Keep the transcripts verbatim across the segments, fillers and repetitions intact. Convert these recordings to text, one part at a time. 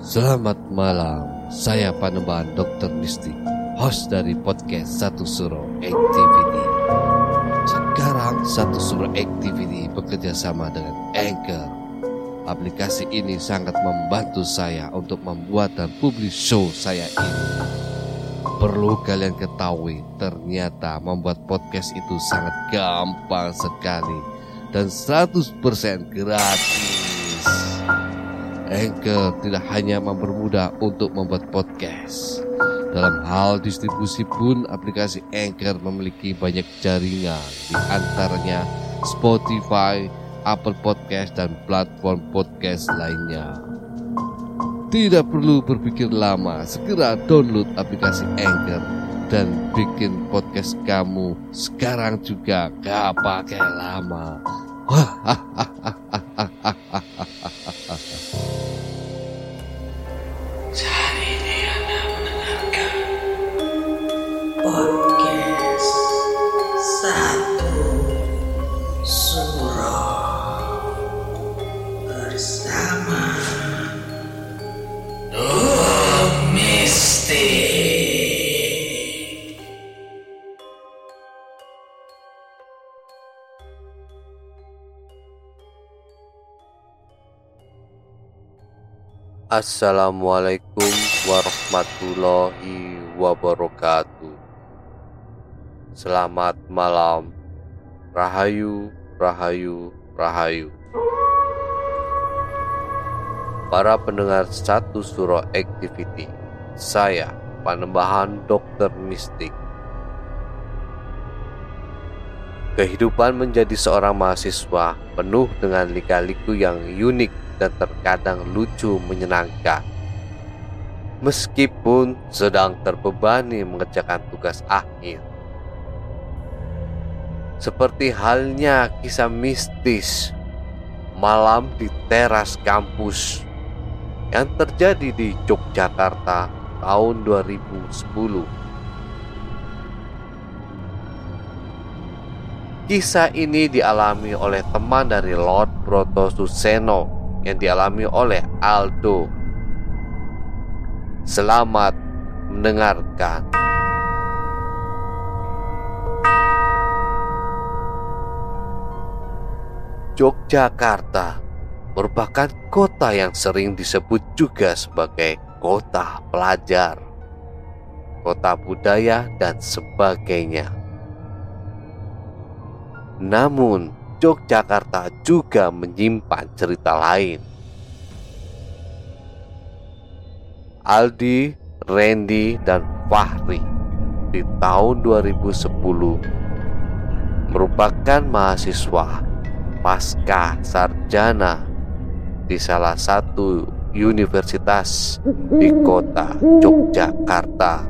Selamat malam, saya Panembahan dokter Mistik, host dari podcast Satu Suro Activity. Sekarang Satu Suro Activity bekerja sama dengan Anchor. Aplikasi ini sangat membantu saya untuk membuat dan publish show saya ini. Perlu kalian ketahui, ternyata membuat podcast itu sangat gampang sekali dan seratus persen gratis. Anchor tidak hanya mempermudah untuk membuat podcast. Dalam hal distribusi pun aplikasi Anchor memiliki banyak jaringan, di antaranya Spotify, Apple Podcast, dan platform podcast lainnya. Tidak perlu berpikir lama, segera download aplikasi Anchor dan bikin podcast kamu sekarang juga, gak pakai lama. Saat ini Anda mendengarkan podcast Satu Suro bersama Dok Mistik. Assalamualaikum warahmatullahi wabarakatuh. Selamat malam. Rahayu, rahayu, rahayu. Para pendengar Satu Suro Activity, saya Panembahan dokter Mistik. Kehidupan menjadi seorang mahasiswa penuh dengan lika-liku yang unik dan terkadang lucu menyenangkan. Meskipun sedang terbebani mengerjakan tugas akhir. Seperti halnya kisah mistis malam di teras kampus yang terjadi di Yogyakarta tahun dua ribu sepuluh. Kisah ini dialami oleh teman dari Lord Broto Suseno yang dialami oleh Aldo. Selamat mendengarkan. Yogyakarta merupakan kota yang sering disebut juga sebagai kota pelajar, kota budaya, dan sebagainya. Namun Yogyakarta juga menyimpan cerita lain. Aldi, Randy, dan Fahri di tahun dua ribu sepuluh merupakan mahasiswa pasca sarjana di salah satu universitas di kota Yogyakarta.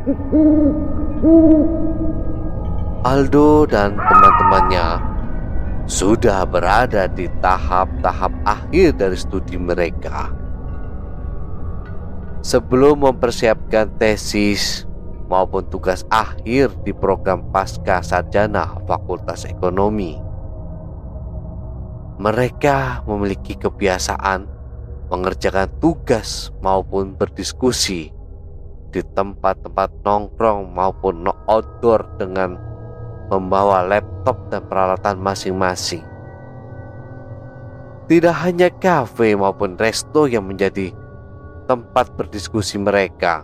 Aldo dan teman-temannya sudah berada di tahap-tahap akhir dari studi mereka. Sebelum mempersiapkan tesis maupun tugas akhir di program pasca sarjana Fakultas Ekonomi, mereka memiliki kebiasaan mengerjakan tugas maupun berdiskusi di tempat-tempat nongkrong maupun outdoor dengan membawa laptop dan peralatan masing-masing. Tidak hanya kafe maupun resto yang menjadi tempat berdiskusi mereka.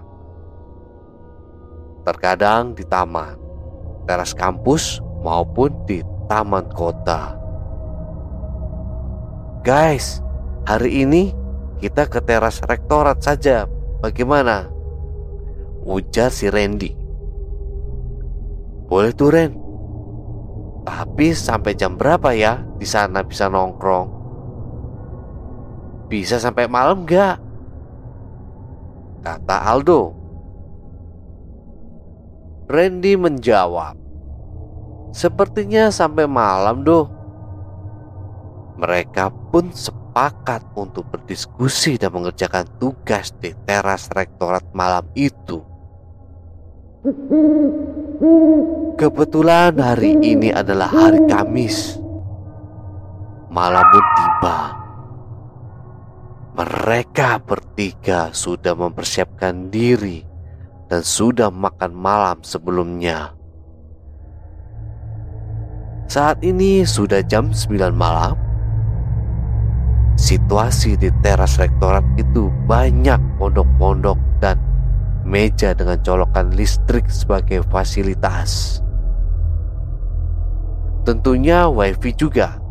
Terkadang di taman, teras kampus maupun di taman kota. Guys, hari ini kita ke teras rektorat saja, bagaimana? Ujar si Randy. Boleh tuh Ren. Tapi sampai jam berapa ya di sana bisa nongkrong? Bisa sampai malam gak? Kata Aldo. Randy menjawab, sepertinya sampai malam doh. Mereka pun sepakat untuk berdiskusi dan mengerjakan tugas di teras rektorat malam itu. Kebetulan hari ini adalah hari Kamis. Malam pun tiba. Mereka bertiga sudah mempersiapkan diri dan sudah makan malam sebelumnya. Saat ini sudah jam sembilan malam. Situasi di teras rektorat itu banyak pondok-pondok dan meja dengan colokan listrik sebagai fasilitas. Tentunya wifi juga.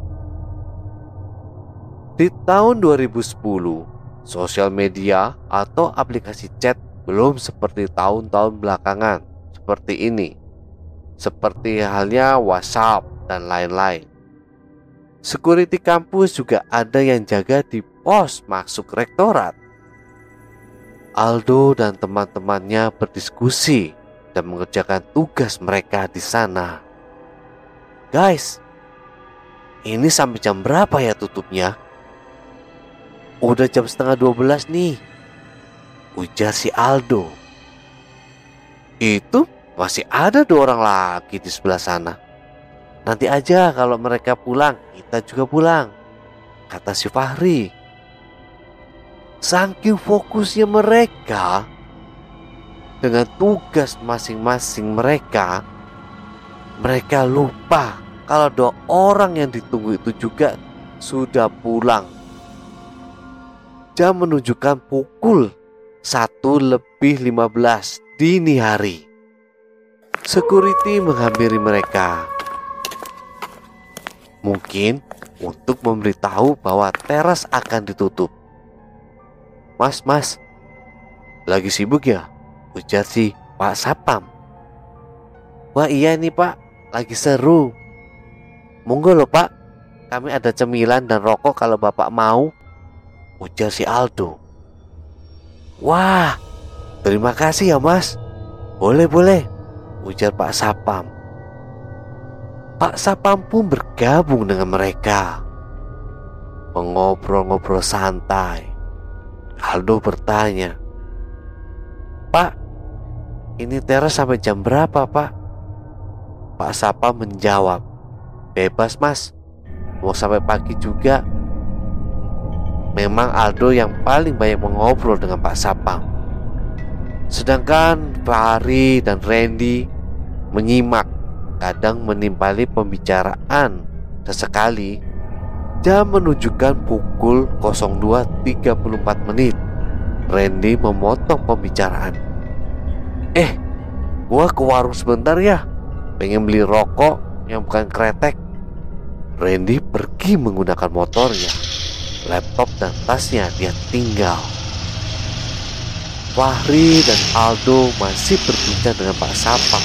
Di tahun dua ribu sepuluh, sosial media atau aplikasi chat belum seperti tahun-tahun belakangan seperti ini. Seperti halnya WhatsApp dan lain-lain. Security kampus juga ada yang jaga di pos masuk rektorat. Aldo dan teman-temannya berdiskusi dan mengerjakan tugas mereka di sana. Guys, ini sampai jam berapa ya tutupnya? Udah jam setengah dua belas nih, ujar si Aldo. Itu masih ada dua orang lagi di sebelah sana. Nanti aja kalau mereka pulang, kita juga pulang, kata si Fahri. Saking fokusnya mereka dengan tugas masing-masing mereka, mereka lupa kalau dua orang yang ditunggu itu juga sudah pulang. Jam menunjukkan pukul satu lebih lima belas dini hari. Security menghampiri mereka. Mungkin untuk memberitahu bahwa teras akan ditutup. Mas, mas, lagi sibuk ya? Ujar si Pak Sapam. Wah iya nih pak, lagi seru. Monggo loh pak, kami ada cemilan dan rokok kalau bapak mau, ujar si Aldo. Wah, terima kasih ya mas. Boleh boleh, ujar Pak Sapam. Pak Sapam pun bergabung dengan mereka. Mengobrol-ngobrol santai. Aldo bertanya, Pak, ini teras sampai jam berapa pak? Pak Sapam menjawab, bebas mas, mau sampai pagi juga. Memang Aldo yang paling banyak mengobrol dengan Pak Sapam. Sedangkan Fahri dan Randy menyimak, kadang menimpali pembicaraan. Sesekali jam menunjukkan pukul nol dua tiga puluh empat menit. Randy memotong pembicaraan. Eh, gua ke warung sebentar ya, pengen beli rokok yang bukan kretek. Randy pergi menggunakan motornya. Laptop dan tasnya dia tinggal. Fahri dan Aldo masih berbincang dengan Pak Sapam.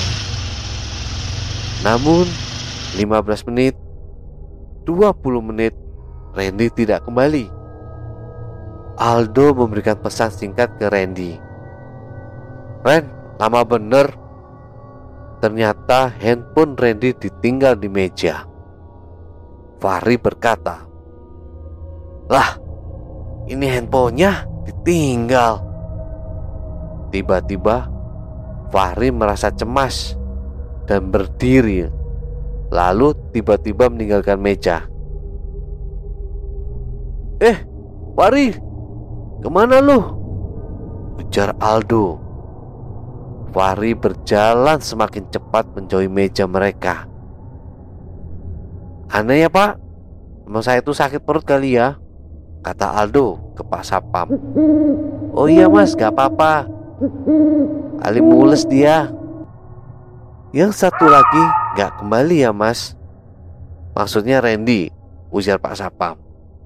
Namun lima belas menit, dua puluh menit, Randy tidak kembali. Aldo memberikan pesan singkat ke Randy. Ren, lama bener. Ternyata handphone Randy ditinggal di meja. Fahri berkata, lah, ini handphonenya ditinggal. Tiba-tiba Fahri merasa cemas dan berdiri, lalu tiba-tiba meninggalkan meja. Eh, Fahri, kemana lu? Ujar Aldo. Fahri berjalan semakin cepat menjauhi meja mereka. Aneh ya pak, emang saya itu sakit perut kali ya, kata Aldo ke Pak Sapam. Oh iya mas, gak apa-apa, kali mules dia. Yang satu lagi gak kembali ya mas, maksudnya Randy, ujar Pak Sapam.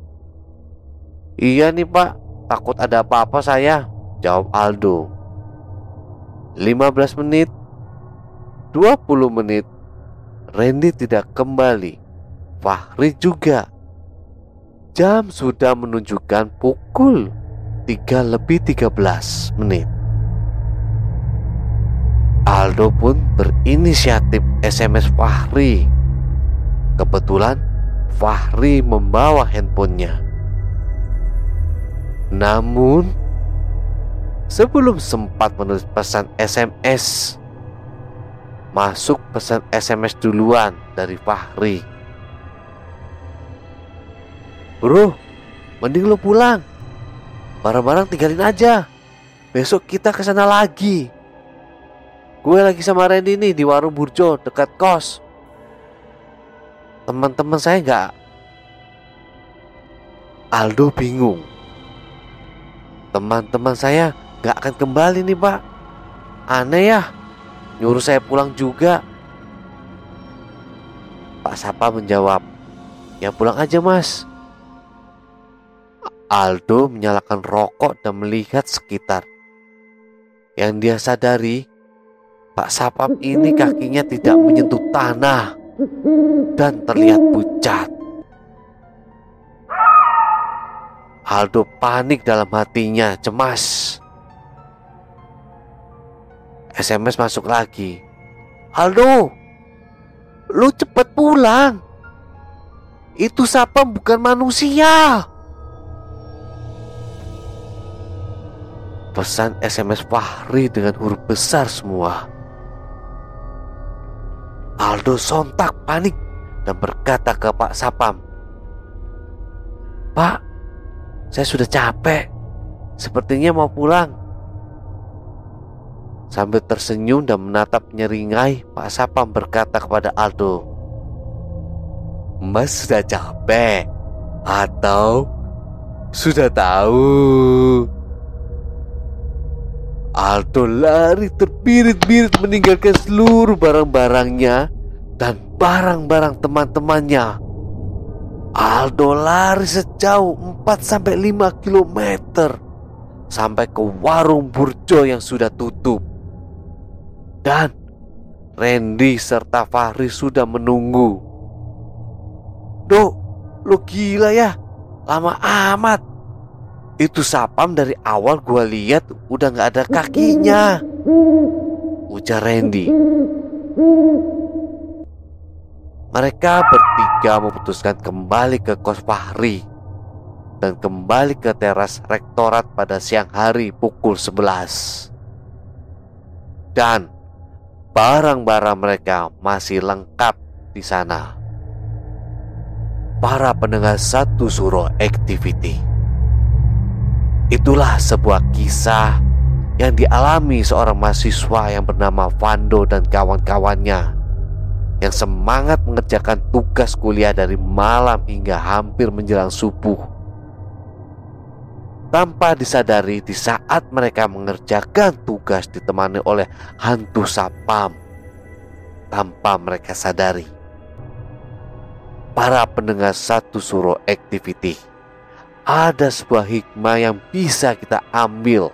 Iya nih pak, takut ada apa-apa saya, jawab Aldo. lima belas menit, dua puluh menit, Randy tidak kembali. Fahri juga. Jam sudah menunjukkan pukul tiga lebih tiga belas menit. Aldo pun berinisiatif S M S Fahri. Kebetulan Fahri membawa handphonenya. Namun sebelum sempat menulis pesan S M S, masuk pesan S M S duluan dari Fahri. Bro, mending lo pulang, barang-barang tinggalin aja. Besok kita kesana lagi. Gue lagi sama Randy nih di warung Burjo dekat kos. Teman-teman saya nggak. Aldo bingung. Teman-teman saya nggak akan kembali nih Pak. Aneh ya, nyuruh saya pulang juga. Pak Sapa menjawab, ya pulang aja Mas. Aldo menyalakan rokok dan melihat sekitar. Yang dia sadari, Pak Sapam ini kakinya tidak menyentuh tanah dan terlihat pucat. Aldo panik dalam hatinya, cemas. S M S masuk lagi. Aldo, lu cepet pulang. Itu Sapam bukan manusia. Pesan S M S Fahri dengan huruf besar semua. Aldo sontak panik dan berkata ke Pak Sapam, Pak, saya sudah capek. Sepertinya mau pulang. Sambil tersenyum dan menatap nyeringai, Pak Sapam berkata kepada Aldo, Mas sudah capek? Atau sudah tahu? Aldo lari terbirit-birit meninggalkan seluruh barang-barangnya dan barang-barang teman-temannya. Aldo lari sejauh empat sampai lima kilometer sampai ke warung Burjo yang sudah tutup. Dan Randy serta Fahri sudah menunggu. Dok, lu gila ya? Lama amat. Itu Sapam dari awal gua lihat udah gak ada kakinya, ujar Randy. Mereka bertiga memutuskan kembali ke kos Fahri dan kembali ke teras rektorat pada siang hari pukul sebelas. Dan barang-barang mereka masih lengkap di sana. Para pendengar Satu Suro Activity, itulah sebuah kisah yang dialami seorang mahasiswa yang bernama Vando dan kawan-kawannya yang semangat mengerjakan tugas kuliah dari malam hingga hampir menjelang subuh. Tanpa disadari, di saat mereka mengerjakan tugas ditemani oleh hantu Sapam. Tanpa mereka sadari. Para pendengar Satu Suro Activity, ada sebuah hikmah yang bisa kita ambil,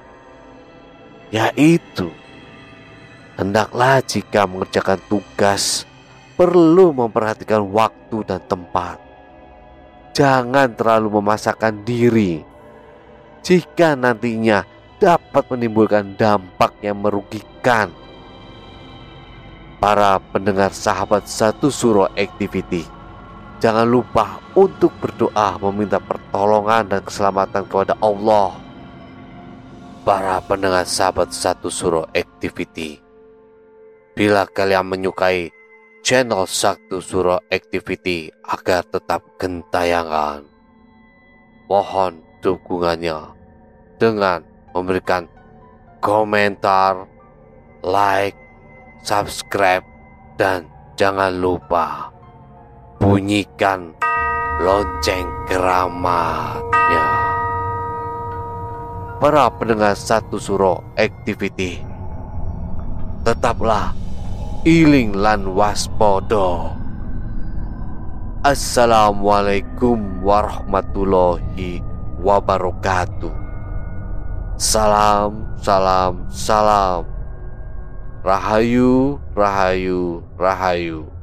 yaitu hendaklah jika mengerjakan tugas perlu memperhatikan waktu dan tempat. Jangan terlalu memaksakan diri, jika nantinya dapat menimbulkan dampak yang merugikan. Para pendengar sahabat Satu Suro Activity, jangan lupa untuk berdoa meminta pertolongan dan keselamatan kepada Allah. Para pendengar sahabat Satu Suro Activity, bila kalian menyukai channel Satu Suro Activity agar tetap gentayangan, mohon dukungannya dengan memberikan komentar, like, subscribe, dan jangan lupa bunyikan lonceng keramatnya. Para pendengar Satu Suro Activity, tetaplah iling lan waspodo. Assalamualaikum warahmatullahi wabarakatuh. Salam, salam, salam. Rahayu, rahayu, rahayu.